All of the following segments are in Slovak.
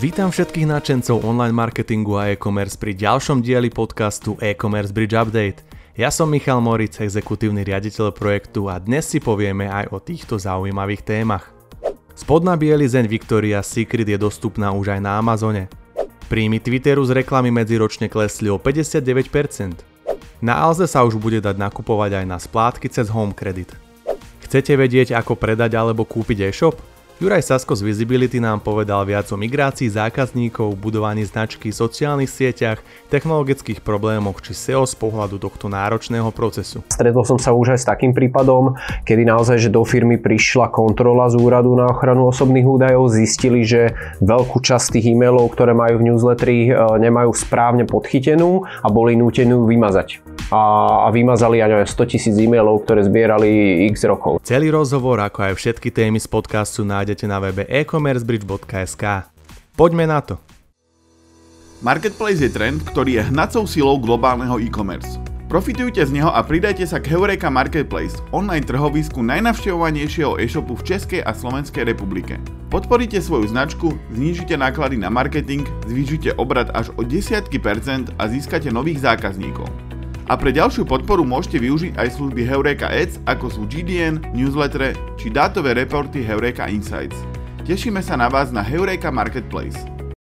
Vítam všetkých nadšencov online marketingu a e-commerce pri ďalšom dieli podcastu E-commerce Bridge Update. Ja som Michal Moric, exekutívny riaditeľ projektu a dnes si povieme aj o týchto zaujímavých témach. Spodná bielizeň Victoria's Secret je dostupná už aj na Amazone. Príjmy Twitteru z reklamy medziročne klesli o 59%. Na Alze sa už bude dať nakupovať aj na splátky cez Home Credit. Chcete vedieť, ako predať alebo kúpiť e-shop? Juraj Sasko z Visibility nám povedal viac o migrácii zákazníkov, budovaní značky, sociálnych sieťach, technologických problémoch či SEO z pohľadu tohto náročného procesu. Stretol som sa už aj s takým prípadom, kedy naozaj, že do firmy prišla kontrola z úradu na ochranu osobných údajov, zistili, že veľkú časť tých e-mailov, ktoré majú v newsletteri, nemajú správne podchytenú a boli nútení vymazať. A vymazali aj 100 000 e-mailov, ktoré zbierali x rokov. Celý rozhovor, ako aj všetky témy z podcastu nájdete na webe e-commercebridge.sk. Poďme na to. Marketplace je trend, ktorý je hnacou silou globálneho e-commerce. Profitujte z neho a pridajte sa k Heureka Marketplace, online trhovisku najnavštevovanejšieho e-shopu v Českej a Slovenskej republike. Podporíte svoju značku, znížite náklady na marketing, zvýšite obrat až o desiatky percent a získate nových zákazníkov. A pre ďalšiu podporu môžete využiť aj služby Heureka Ads, ako sú GDN, newsletter či dátové reporty Heureka Insights. Tešíme sa na vás na Heureka Marketplace.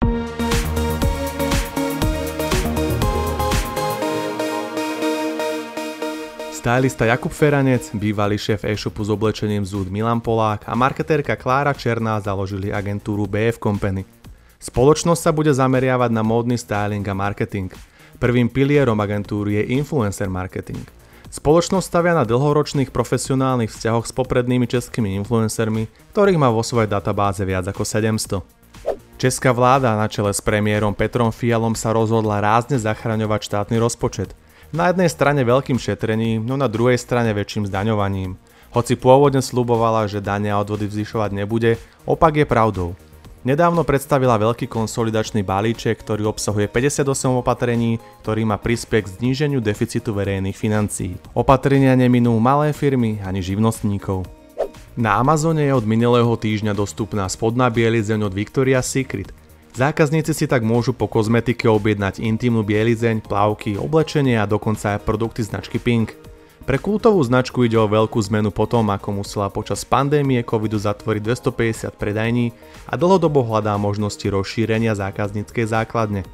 Stylista Jakub Feranec, bývalý šéf e-shopu s oblečením Zúd Milan Polák a marketérka Klára Černá založili agentúru BF Company. Spoločnosť sa bude zameriavať na módny styling a marketing. Prvým pilierom agentúry je influencer marketing. Spoločnosť stavia na dlhoročných profesionálnych vzťahoch s poprednými českými influencermi, ktorých má vo svojej databáze viac ako 700. Česká vláda na čele s premiérom Petrom Fialom sa rozhodla rázne zachraňovať štátny rozpočet. Na jednej strane veľkým šetrením, no na druhej strane väčším zdaňovaním. Hoci pôvodne sľubovala, že dane a odvody zvyšovať nebude, opak je pravdou. Nedávno predstavila veľký konsolidačný balíček, ktorý obsahuje 58 opatrení, ktorý má prispieť k zníženiu deficitu verejných financií. Opatrenia neminú malé firmy ani živnostníkov. Na Amazone je od minulého týždňa dostupná spodná bielizeň od Victoria's Secret. Zákazníci si tak môžu po kozmetike objednať intímnu bielizeň, plavky, oblečenie a dokonca aj produkty značky Pink. Pre kultovú značku ide o veľkú zmenu potom, ako musela počas pandémie covidu zatvoriť 250 predajní a dlhodobo hľadá možnosti rozšírenia zákazníckej základne.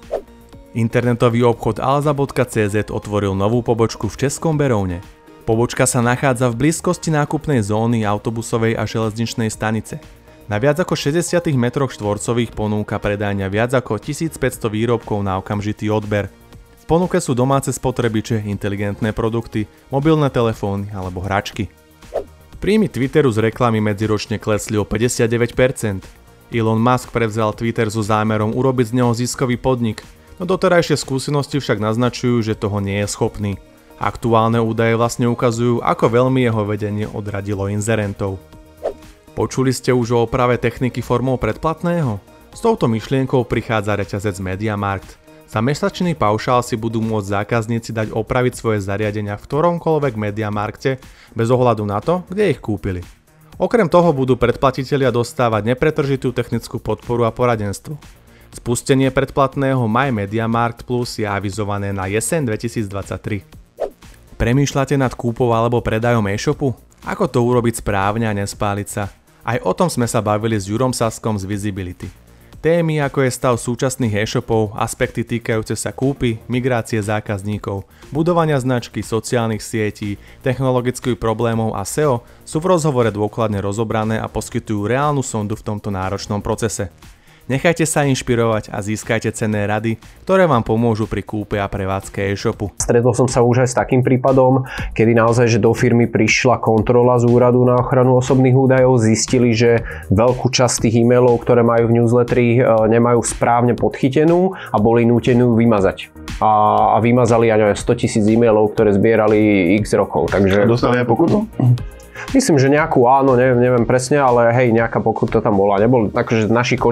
Internetový obchod alza.cz otvoril novú pobočku v Českom Beroune. Pobočka sa nachádza v blízkosti nákupnej zóny autobusovej a železničnej stanice. Na viac ako 60 m2 ponúka predajňa viac ako 1500 výrobkov na okamžitý odber. V ponuke sú domáce spotrebiče, inteligentné produkty, mobilné telefóny alebo hračky. Príjmy Twitteru z reklamy medziročne klesli o 59%. Elon Musk prevzal Twitter so zámerom urobiť z neho ziskový podnik, no doterajšie skúsenosti však naznačujú, že toho nie je schopný. Aktuálne údaje vlastne ukazujú, ako veľmi jeho vedenie odradilo inzerentov. Počuli ste už o oprave techniky formou predplatného? S touto myšlienkou prichádza reťazec MediaMarkt. Za mesačný paušál si budú môcť zákazníci dať opraviť svoje zariadenia v ktoromkoľvek MediaMarkte bez ohľadu na to, kde ich kúpili. Okrem toho budú predplatitelia dostávať nepretržitú technickú podporu a poradenstvo. Spustenie predplatného My MediaMarkt Plus je avizované na jeseň 2023. Premýšľate nad kúpou alebo predajom e-shopu? Ako to urobiť správne a nespáliť sa? Aj o tom sme sa bavili s Jurom Saskom z Visibility. Témy ako je stav súčasných e-shopov, aspekty týkajúce sa kúpy, migrácie zákazníkov, budovania značky, sociálnych sietí, technologických problémov a SEO sú v rozhovore dôkladne rozobrané a poskytujú reálnu sondu v tomto náročnom procese. Nechajte sa inšpirovať a získajte cenné rady, ktoré vám pomôžu pri kúpe a prevádzke e-shopu. Stretol som sa už aj s takým prípadom, kedy naozaj, že do firmy prišla kontrola z úradu na ochranu osobných údajov, zistili, že veľkú časť tých e-mailov, ktoré majú v newsletteri, nemajú správne podchytenú a boli nútení vymazať. A vymazali aj 100 000 e-mailov, ktoré zbierali x rokov. Takže Dostali aj pokutu? Myslím, že nejakú áno, neviem presne, ale hej, nejaká pokuta tam bola. Takže v našich končinách to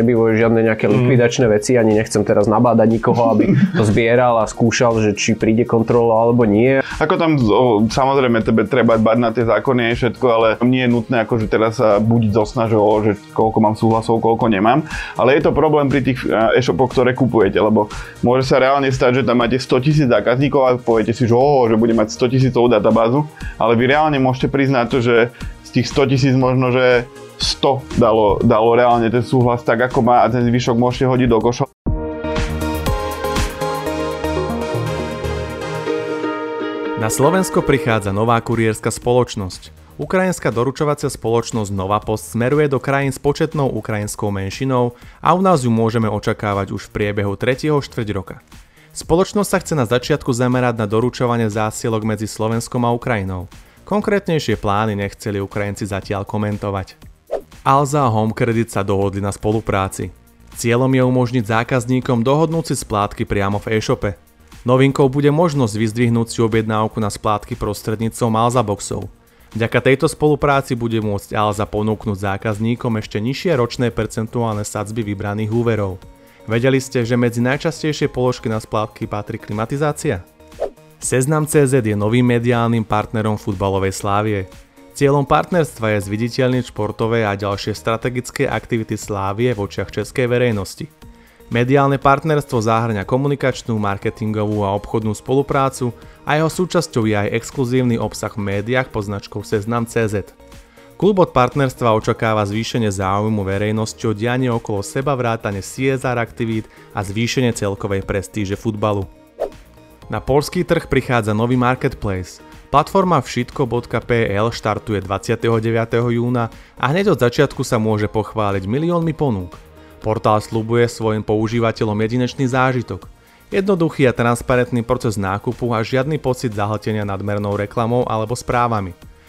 nebývajú žiadne nejaké likvidačné veci, ani nechcem teraz nabádať nikoho, aby to zbieral a skúšal, že či príde kontrola alebo nie. Ako tam samozrejme tebe treba dbať na tie zákony a všetko, ale nie je nutné akože teraz sa budiť zo snažou, že koľko mám súhlasov, koľko nemám. Ale je to problém pri tých e-shopoch, ktoré kupujete, lebo môže sa reálne stať, že tam máte 100 000 zákazníkov a poviete si, že bude mať 100 000 databázu, ale vy reálne môžete priznať to, že z tých 100 000 možno, že 100 dalo reálne ten súhlas tak, ako má a ten zvyšok môžete hodiť do koša. Na Slovensko prichádza nová kurierská spoločnosť. Ukrajinská doručovacia spoločnosť Novapost smeruje do krajín s početnou ukrajinskou menšinou a u nás ju môžeme očakávať už v priebehu 3. štvrť roka. Spoločnosť sa chce na začiatku zamerať na doručovanie zásielok medzi Slovenskom a Ukrajinou. Konkrétnejšie plány nechceli Ukrajinci zatiaľ komentovať. Alza a Home Credit sa dohodli na spolupráci. Cieľom je umožniť zákazníkom dohodnúť si splátky priamo v e-shope. Novinkou bude možnosť vyzdvihnúť si objednávku na splátky prostredníctvom Alza boxov. Vďaka tejto spolupráci bude môcť Alza ponúknuť zákazníkom ešte nižšie ročné percentuálne sadzby vybraných úverov. Vedeli ste, že medzi najčastejšie položky na splátky patrí klimatizácia? Seznam.cz je novým mediálnym partnerom futbalovej Slávie. Cieľom partnerstva je zviditeľniť športové a ďalšie strategické aktivity Slávie v očiach českej verejnosti. Mediálne partnerstvo zahŕňa komunikačnú, marketingovú a obchodnú spoluprácu a jeho súčasťou je aj exkluzívny obsah v médiách pod značkou Seznam.cz. Klub od partnerstva očakáva zvýšenie záujmu verejnosti o dianie okolo seba, vrátane CSR aktivít a zvýšenie celkovej prestíže futbalu. Na poľský trh prichádza nový marketplace. Platforma všetko.pl štartuje 29. júna a hneď od začiatku sa môže pochváliť miliónmi ponúk. Portál sľubuje svojim používateľom jedinečný zážitok. Jednoduchý a transparentný proces nákupu a žiadny pocit zahltenia nadmernou reklamou alebo správami.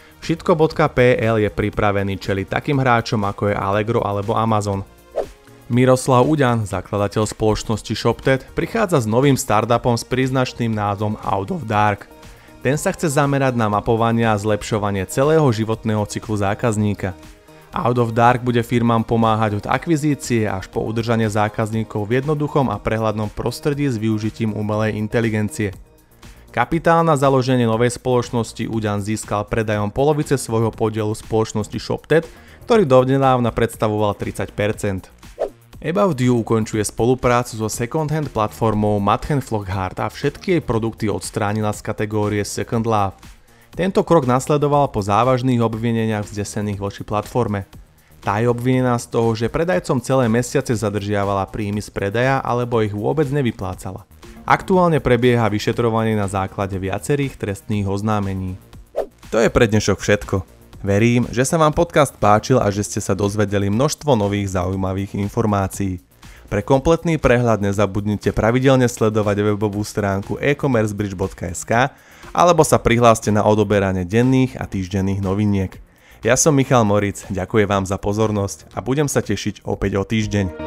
Všetko.pl je pripravený čeliť takým hráčom ako je Allegro alebo Amazon. Miroslav Uďan, zakladateľ spoločnosti ShopTet, prichádza s novým startupom s príznačným názvom Out of Dark. Ten sa chce zamerať na mapovanie a zlepšovanie celého životného cyklu zákazníka. Out of Dark bude firmám pomáhať od akvizície až po udržanie zákazníkov v jednoduchom a prehľadnom prostredí s využitím umelej inteligencie. Kapitál na založenie novej spoločnosti Uďan získal predajom polovice svojho podielu spoločnosti ShopTet, ktorý dovnedávna predstavoval 30%. About You ukončuje spoluprácu so second-hand platformou Madchen Flockhart a všetky jej produkty odstránila z kategórie Second Love. Tento krok nasledoval po závažných obvineniach vznesených voči platforme. Tá je obvinená z toho, že predajcom celé mesiace zadržiavala príjmy z predaja alebo ich vôbec nevyplácala. Aktuálne prebieha vyšetrovanie na základe viacerých trestných oznámení. To je pre dnešok všetko. Verím, že sa vám podcast páčil a že ste sa dozvedeli množstvo nových zaujímavých informácií. Pre kompletný prehľad nezabudnite pravidelne sledovať webovú stránku e-commercebridge.sk alebo sa prihláste na odoberanie denných a týždenných noviniek. Ja som Michal Moritz, ďakujem vám za pozornosť a budem sa tešiť opäť o týždeň.